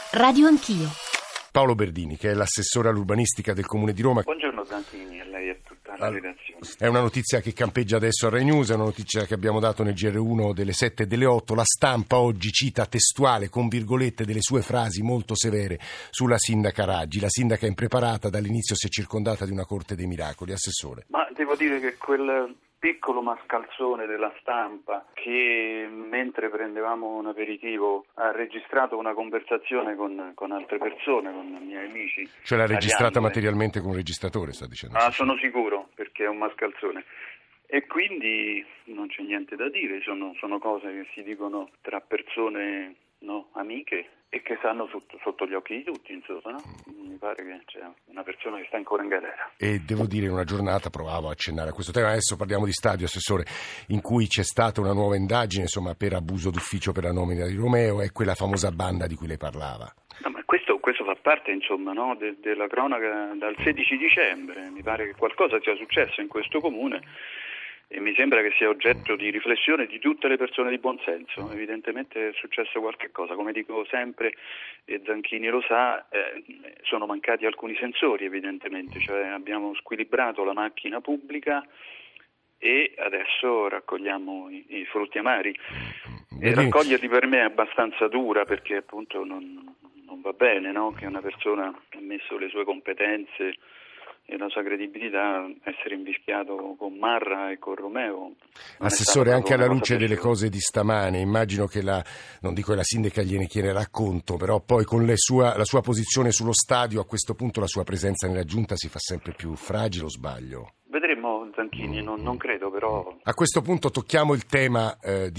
Radio Anch'io. Paolo Berdini, che è l'assessore all'urbanistica del Comune di Roma. Buongiorno Zanchini, a lei e a tutta la redazione. È una notizia che campeggia adesso a Rai News, è una notizia che abbiamo dato nel GR1 delle 7 e delle 8. La Stampa oggi cita testuale, con virgolette, delle sue frasi molto severe sulla sindaca Raggi. La sindaca è impreparata, dall'inizio si è circondata di una corte dei miracoli. Assessore. Ma devo dire che quel piccolo mascalzone della Stampa che mentre prendevamo un aperitivo ha registrato una conversazione con altre persone, con i miei amici. Cioè l'ha registrata materialmente con un registratore, sta dicendo? Sono sicuro, perché è un mascalzone. E quindi non c'è niente da dire, sono cose che si dicono tra persone amiche e che stanno sotto gli occhi di tutti, insomma, no? Mi pare che c'è una persona che sta ancora in galera. E devo dire, in una giornata provavo a accennare a questo tema. Adesso parliamo di Stadio, assessore, in cui c'è stata una nuova indagine, insomma, per abuso d'ufficio per la nomina di Romeo e quella famosa banda di cui lei parlava. No, ma questo fa parte, insomma, no, della cronaca dal 16 dicembre. Mi pare che qualcosa sia successo in questo comune e mi sembra che sia oggetto di riflessione di tutte le persone di buon senso. Evidentemente è successo qualche cosa, come dico sempre, e Zanchini lo sa, sono mancati alcuni sensori evidentemente, cioè abbiamo squilibrato la macchina pubblica e adesso raccogliamo i frutti amari. E raccoglierli per me è abbastanza dura, perché appunto non va bene, no? Che una persona ha messo le sue competenze e la sua credibilità essere invischiato con Marra e con Romeo. Assessore, anche alla luce delle cose di stamane, immagino che non dico che la sindaca gliene chiederà conto, però poi con la sua posizione sullo stadio, a questo punto la sua presenza nella giunta si fa sempre più fragile, o sbaglio? Vedremo, Zanchini, non credo, però. A questo punto tocchiamo il tema,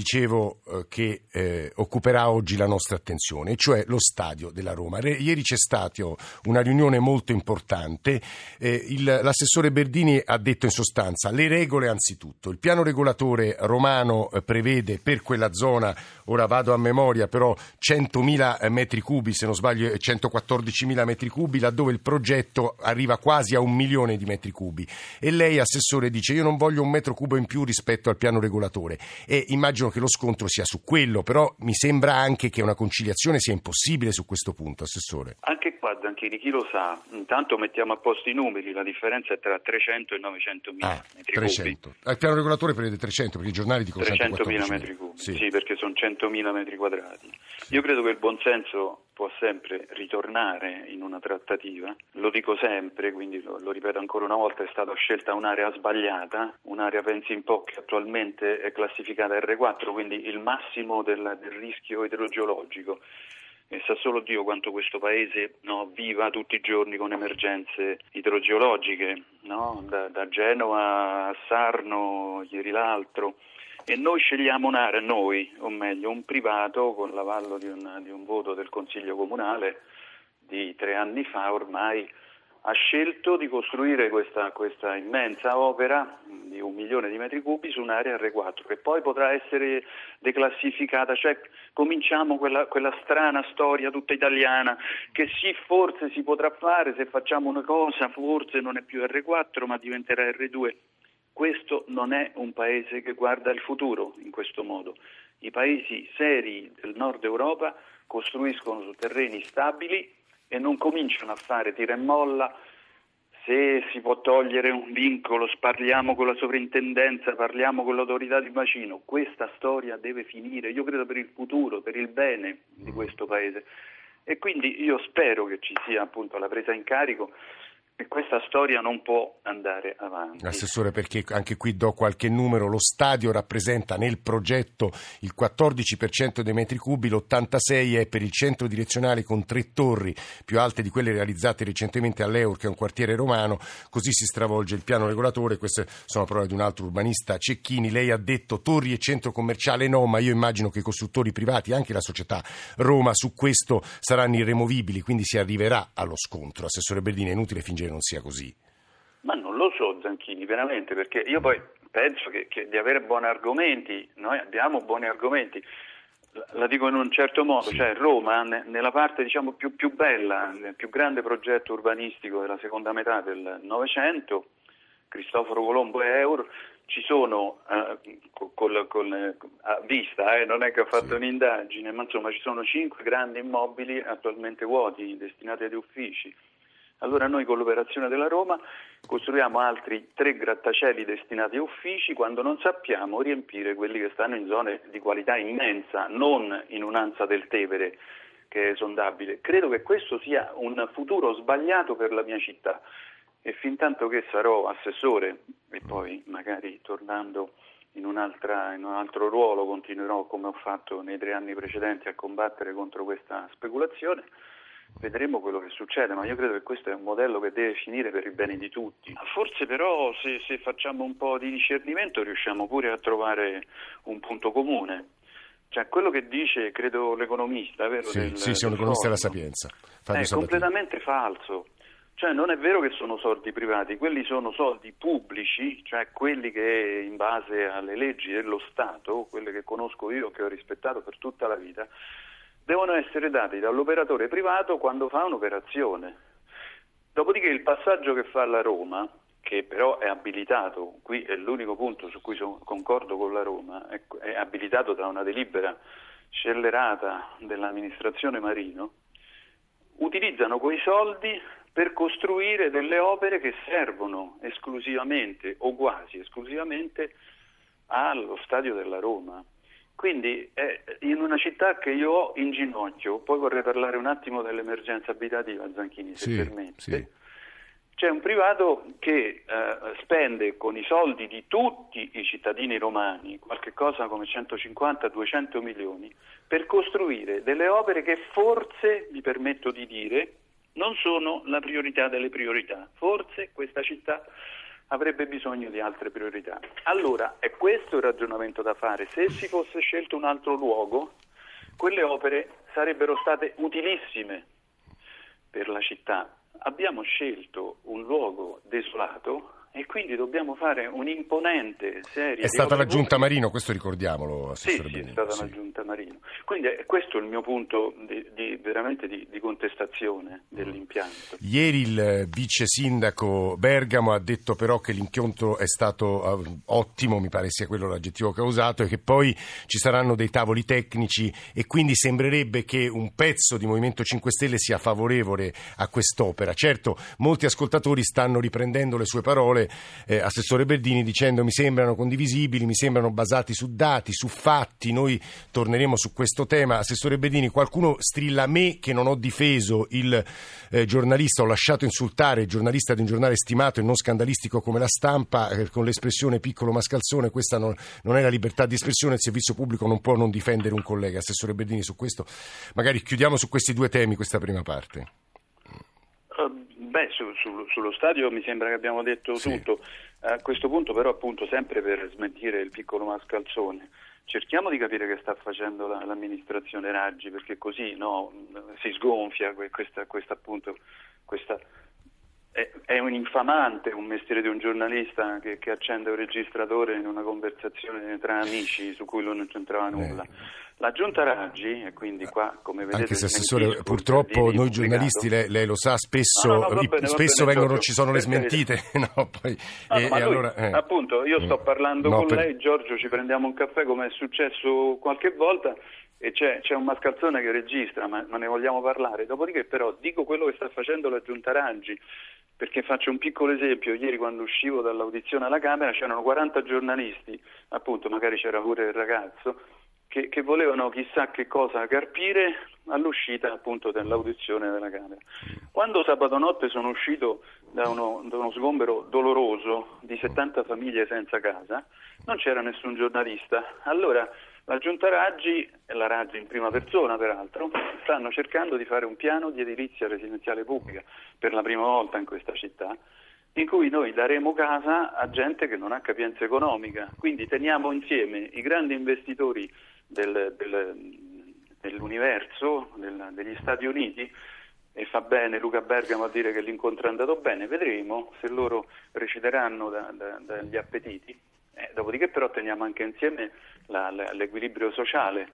che occuperà oggi la nostra attenzione, cioè lo stadio della Roma. Ieri c'è stata una riunione molto importante, l'assessore Berdini ha detto in sostanza le regole anzitutto. Il piano regolatore romano prevede per quella zona, ora vado a memoria, però 100.000 metri cubi, se non sbaglio 114.000 metri cubi, laddove il progetto arriva quasi a 1 milione di metri cubi. E lei, assessore, dice io non voglio 1 metro cubo in più rispetto al piano regolatore, e immagino che lo scontro sia su quello, però mi sembra anche che una conciliazione sia impossibile su questo punto, assessore. Anche qua, Zanchini, chi lo sa, intanto mettiamo a posto i numeri, la differenza è tra 300 e 900 mila metri 300. cubi. Il piano regolatore prevede 300, perché i giornali dicono 300 mila metri cubi, sì, perché sono 100.000 metri quadrati. Io credo che il buonsenso può sempre ritornare in una trattativa, lo dico sempre, quindi lo ripeto ancora una volta, è stata scelta un'area sbagliata, un'area, pensi un po', che attualmente è classificata R4, quindi il massimo del rischio idrogeologico. E sa solo Dio quanto questo paese viva tutti i giorni con emergenze idrogeologiche, da Genova a Sarno, ieri l'altro. E noi scegliamo un'area, un privato, con l'avallo di un voto del Consiglio Comunale di 3 anni fa ormai, ha scelto di costruire questa immensa opera di 1 milione di metri cubi su un'area R4, che poi potrà essere declassificata, cioè cominciamo quella strana storia tutta italiana, che sì, forse si potrà fare, se facciamo una cosa, forse non è più R4 ma diventerà R2. Questo non è un paese che guarda il futuro in questo modo. I paesi seri del nord Europa costruiscono su terreni stabili e non cominciano a fare tira e molla. Se si può togliere un vincolo, parliamo con la sovrintendenza, parliamo con l'autorità di bacino. Questa storia deve finire, io credo, per il futuro, per il bene di questo paese. E quindi io spero che ci sia appunto la presa in carico. E questa storia non può andare avanti. Assessore, perché anche qui do qualche numero: lo stadio rappresenta nel progetto il 14% dei metri cubi, l'86% è per il centro direzionale con 3 torri più alte di quelle realizzate recentemente all'Eur, che è un quartiere romano. Così si stravolge il piano regolatore. Queste sono parole di un altro urbanista, Cecchini. Lei ha detto torri e centro commerciale no, ma io immagino che i costruttori privati, anche la società Roma, su questo saranno irremovibili, quindi si arriverà allo scontro. Assessore Berdini, è inutile fingere non sia così. Ma non lo so, Zanchini, veramente, perché io poi penso che di avere buoni argomenti, noi abbiamo buoni argomenti, la dico in un certo modo, sì. Cioè Roma nella parte diciamo più bella, nel più grande progetto urbanistico della seconda metà del Novecento, Cristoforo Colombo e Eur, ci sono, a vista, non è che ho fatto un'indagine, ma insomma ci sono 5 grandi immobili attualmente vuoti, destinati agli uffici. Allora noi con l'operazione della Roma costruiamo altri 3 grattacieli destinati a uffici quando non sappiamo riempire quelli che stanno in zone di qualità immensa, non in un'ansa del Tevere che è esondabile. Credo che questo sia un futuro sbagliato per la mia città. E fin tanto che sarò assessore e poi magari tornando in un altro ruolo continuerò come ho fatto nei 3 anni precedenti a combattere contro questa speculazione, vedremo quello che succede, ma io credo che questo è un modello che deve finire per il bene di tutti. Forse però se facciamo un po' di discernimento riusciamo pure a trovare un punto comune. Cioè quello che dice, credo, l'economista, vero? Sì, è un economista della Sapienza. È completamente falso. Cioè non è vero che sono soldi privati, quelli sono soldi pubblici, cioè quelli che in base alle leggi dello Stato, quelle che conosco io, che ho rispettato per tutta la vita, devono essere dati dall'operatore privato quando fa un'operazione. Dopodiché il passaggio che fa la Roma, che però è abilitato, qui è l'unico punto su cui concordo con la Roma, è abilitato da una delibera scellerata dell'amministrazione Marino, utilizzano quei soldi per costruire delle opere che servono esclusivamente o quasi esclusivamente allo stadio della Roma. Quindi in una città che io ho in ginocchio, poi vorrei parlare un attimo dell'emergenza abitativa, Zanchini, se permette. Sì. C'è un privato che spende con i soldi di tutti i cittadini romani qualche cosa come 150-200 milioni per costruire delle opere che forse, mi permetto di dire, non sono la priorità delle priorità. Forse questa città avrebbe bisogno di altre priorità. Allora, è questo il ragionamento da fare. Se si fosse scelto un altro luogo, quelle opere sarebbero state utilissime per la città. Abbiamo scelto un luogo desolato e quindi dobbiamo fare un'imponente serie. È stata la Giunta Marino, questo ricordiamolo, Assessore Benini. Sì, è stata la Giunta Marino. Quindi questo è il mio punto veramente di contestazione dell'impianto. Ieri il vice sindaco Bergamo ha detto però che l'incontro è stato ottimo, mi pare sia quello l'aggettivo che ha usato, e che poi ci saranno dei tavoli tecnici e quindi sembrerebbe che un pezzo di Movimento 5 Stelle sia favorevole a quest'opera. Certo, molti ascoltatori stanno riprendendo le sue parole, Assessore Berdini, dicendo mi sembrano condivisibili, mi sembrano basati su dati, su fatti. Noi torneremo su questo tema. Assessore Berdini, qualcuno strilla a me che non ho difeso il giornalista, ho lasciato insultare il giornalista di un giornale stimato e non scandalistico come La Stampa con l'espressione piccolo mascalzone. Questa non è la libertà di espressione, il servizio pubblico non può non difendere un collega. Assessore Berdini, su questo magari chiudiamo su questi 2 temi questa prima parte. Sullo stadio mi sembra che abbiamo detto tutto. A questo punto però, appunto, sempre per smentire il piccolo mascalzone, cerchiamo di capire che sta facendo l'amministrazione Raggi, perché così si sgonfia questa è un infamante un mestiere di un giornalista che accende un registratore in una conversazione tra amici su cui non c'entrava nulla. La Giunta Raggi, e quindi qua, come vedete, anche se Assessore, purtroppo noi giornalisti, lei lo sa, spesso vengono, ci sono le smentite. Appunto, io sto parlando con lei, Giorgio, ci prendiamo un caffè come è successo qualche volta e c'è un mascalzone che registra, ma ne vogliamo parlare. Dopodiché però dico quello che sta facendo la Giunta Raggi, perché faccio un piccolo esempio. Ieri quando uscivo dall'audizione alla Camera c'erano 40 giornalisti, appunto magari c'era pure il ragazzo, che volevano chissà che cosa carpire all'uscita appunto dell'audizione della Camera. Quando sabato notte sono uscito da uno sgombero doloroso di 70 famiglie senza casa, non c'era nessun giornalista. Allora la Giunta Raggi, e la Raggi in prima persona peraltro, stanno cercando di fare un piano di edilizia residenziale pubblica per la prima volta in questa città, in cui noi daremo casa a gente che non ha capienza economica. Quindi teniamo insieme i grandi investitori dell'universo, degli Stati Uniti, e fa bene Luca Bergamo a dire che l'incontro è andato bene. Vedremo se loro reciteranno dagli appetiti. Dopodiché però teniamo anche insieme l'equilibrio sociale,